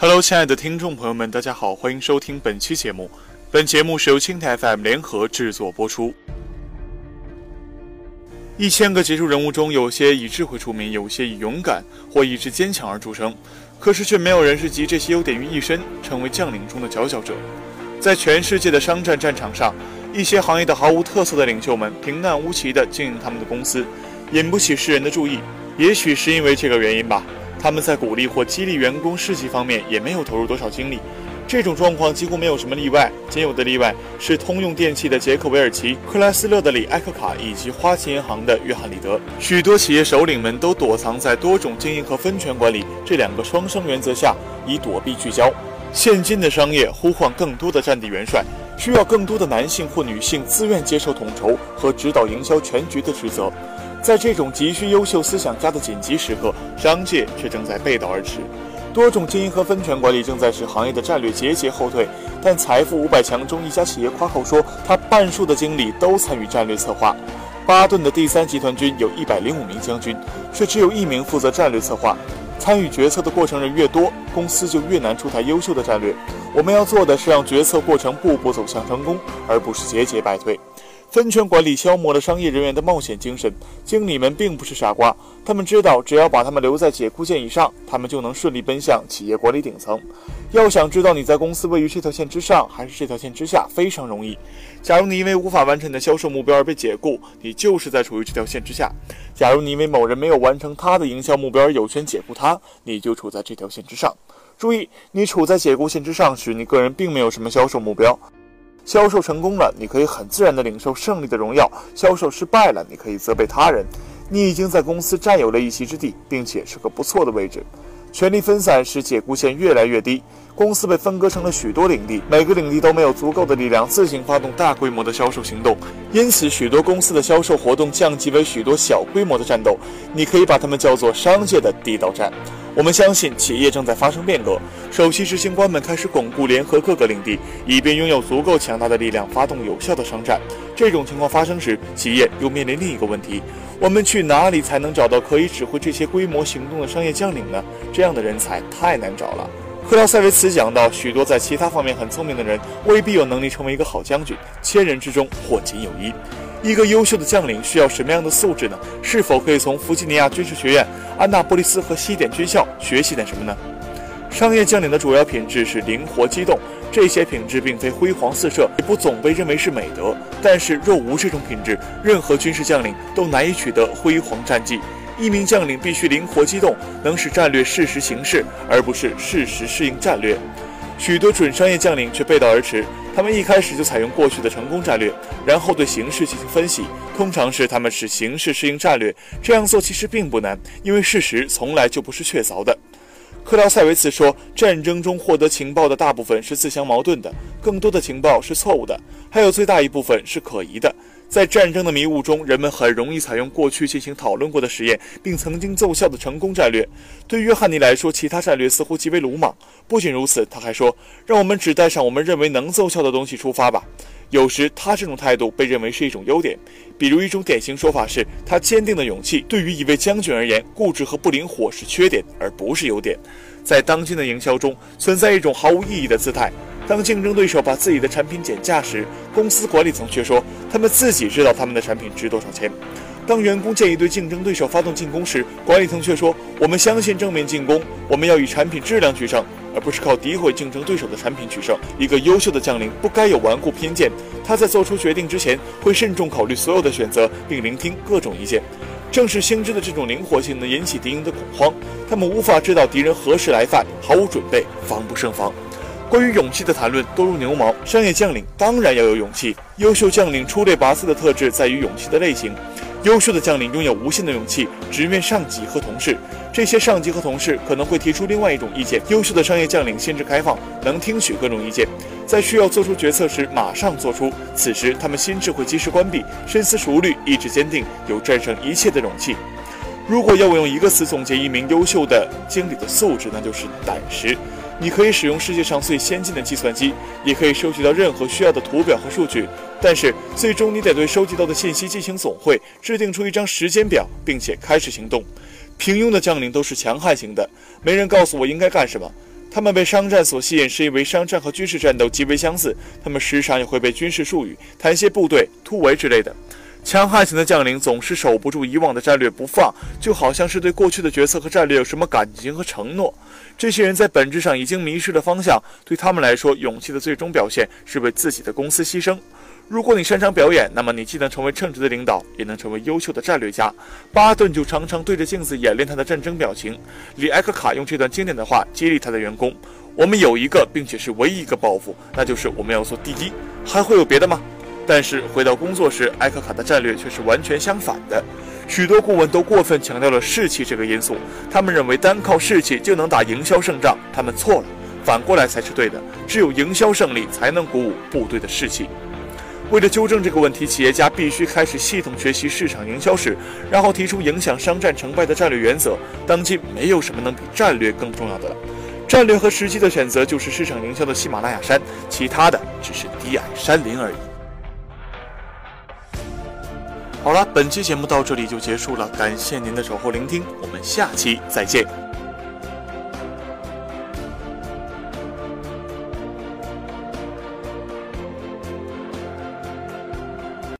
Hello， 亲爱的听众朋友们，大家好，欢迎收听本期节目。本节目是由青台 FM 联合制作播出。1000个杰出人物中，有些以智慧出名，有些以勇敢或意志坚强而著称，可是却没有人是集这些优点于一身，成为将领中的佼佼者。在全世界的商战战场上，一些行业的毫无特色的领袖们平淡无奇地经营他们的公司，引不起世人的注意。也许是因为这个原因吧，他们在鼓励或激励员工士气方面也没有投入多少精力。这种状况几乎没有什么例外，仅有的例外是通用电气的杰克·韦尔奇、克莱斯勒的里·艾克卡以及花旗银行的约翰·里德。许多企业首领们都躲藏在多种经营和分权管理这两个双生原则下，以躲避聚焦。现今的商业呼唤更多的战地元帅，需要更多的男性或女性自愿接受统筹和指导营销全局的职责。在这种急需优秀思想家的紧急时刻，商界却正在背道而驰。多种经营和分权管理正在使行业的战略节节后退，但财富500强中一家企业夸口说，他半数的经理都参与战略策划。巴顿的第3集团军有105名将军，却只有1名负责战略策划。参与决策的过程人越多，公司就越难出台优秀的战略。我们要做的是让决策过程步步走向成功，而不是节节败退。分权管理消磨了商业人员的冒险精神，经理们并不是傻瓜，他们知道只要把他们留在解雇线以上，他们就能顺利奔向企业管理顶层。要想知道你在公司位于这条线之上还是这条线之下，非常容易。假如你因为无法完成你的销售目标而被解雇，你就是在处于这条线之下；假如你因为某人没有完成他的营销目标而有权解雇他，你就处在这条线之上。注意，你处在解雇线之上时，你个人并没有什么销售目标。销售成功了，你可以很自然地领受胜利的荣耀；销售失败了，你可以责备他人。你已经在公司占有了一席之地，并且是个不错的位置。权力分散使解雇线越来越低，公司被分割成了许多领地，每个领地都没有足够的力量自行发动大规模的销售行动，因此许多公司的销售活动降级为许多小规模的战斗。你可以把它们叫做商界的地道战。我们相信企业正在发生变革，首席执行官们开始巩固联合各个领地，以便拥有足够强大的力量发动有效的商战。这种情况发生时，企业又面临另一个问题：我们去哪里才能找到可以指挥这些规模行动的商业将领呢？这样的人才太难找了。克劳塞维茨讲到，许多在其他方面很聪明的人未必有能力成为一个好将军，1000人之中或仅有1。一个优秀的将领需要什么样的素质呢？是否可以从弗吉尼亚军事学院、安纳波利斯和西点军校学习点什么呢？商业将领的主要品质是灵活机动，这些品质并非辉煌四射，也不总被认为是美德。但是若无这种品质，任何军事将领都难以取得辉煌战绩。一名将领必须灵活机动，能使战略适时行事，而不是适时适应战略。许多准商业将领却背道而驰，他们一开始就采用过去的成功战略，然后对形势进行分析，通常是他们使形势适应战略。这样做其实并不难，因为事实从来就不是确凿的。克劳塞维茨说，战争中获得情报的大部分是自相矛盾的，更多的情报是错误的，还有最大一部分是可疑的。在战争的迷雾中，人们很容易采用过去进行讨论过的实验并曾经奏效的成功战略。对约翰尼来说，其他战略似乎极为鲁莽。不仅如此，他还说，让我们只带上我们认为能奏效的东西出发吧。有时他这种态度被认为是一种优点，比如一种典型说法是，他坚定的勇气对于一位将军而言，固执和不灵活是缺点而不是优点。在当今的营销中，存在一种毫无意义的姿态。当竞争对手把自己的产品减价时，公司管理层却说他们自己知道他们的产品值多少钱。当员工建议对竞争对手发动进攻时，管理层却说我们相信正面进攻，我们要以产品质量取胜，而不是靠诋毁竞争对手的产品取胜。一个优秀的将领不该有顽固偏见，他在做出决定之前会慎重考虑所有的选择，并聆听各种意见。正是星之的这种灵活性能引起敌人的恐慌，他们无法知道敌人何时来犯，毫无准备，防不胜防。关于勇气的谈论多如牛毛，商业将领当然要有勇气。优秀将领出类拔萃的特质在于勇气的类型。优秀的将领拥有无限的勇气，直面上级和同事。这些上级和同事可能会提出另外一种意见。优秀的商业将领心智开放，能听取各种意见，在需要做出决策时马上做出。此时他们心智会及时关闭，深思熟虑，意志坚定，有战胜一切的勇气。如果要我用一个词总结一名优秀的经理的素质，那就是胆识。你可以使用世界上最先进的计算机，也可以收集到任何需要的图表和数据，但是最终你得对收集到的信息进行总汇，制定出一张时间表，并且开始行动。平庸的将领都是强悍型的，没人告诉我应该干什么。 他们被商战所吸引，是因为商战和军事战斗极为相似，他们时常也会被军事术语、谈些部队、突围之类的。强悍型的将领总是守不住以往的战略不放，就好像是对过去的决策和战略有什么感情和承诺。这些人在本质上已经迷失了方向，对他们来说，勇气的最终表现是为自己的公司牺牲。如果你擅长表演，那么你既能成为称职的领导，也能成为优秀的战略家。巴顿就常常对着镜子演练他的战争表情。里埃克卡用这段经典的话激励他的员工：我们有一个，并且是唯一一个抱负，那就是我们要做第一，还会有别的吗？但是回到工作时，埃克卡的战略却是完全相反的。许多顾问都过分强调了士气这个因素，他们认为单靠士气就能打营销胜仗，他们错了，反过来才是对的。只有营销胜利才能鼓舞部队的士气。为了纠正这个问题，企业家必须开始系统学习市场营销史，然后提出影响商战成败的战略原则。当今没有什么能比战略更重要的了。战略和时机的选择就是市场营销的喜马拉雅山，其他的只是低矮山林而已。好了，本期节目到这里就结束了，感谢您的守候聆听，我们下期再见。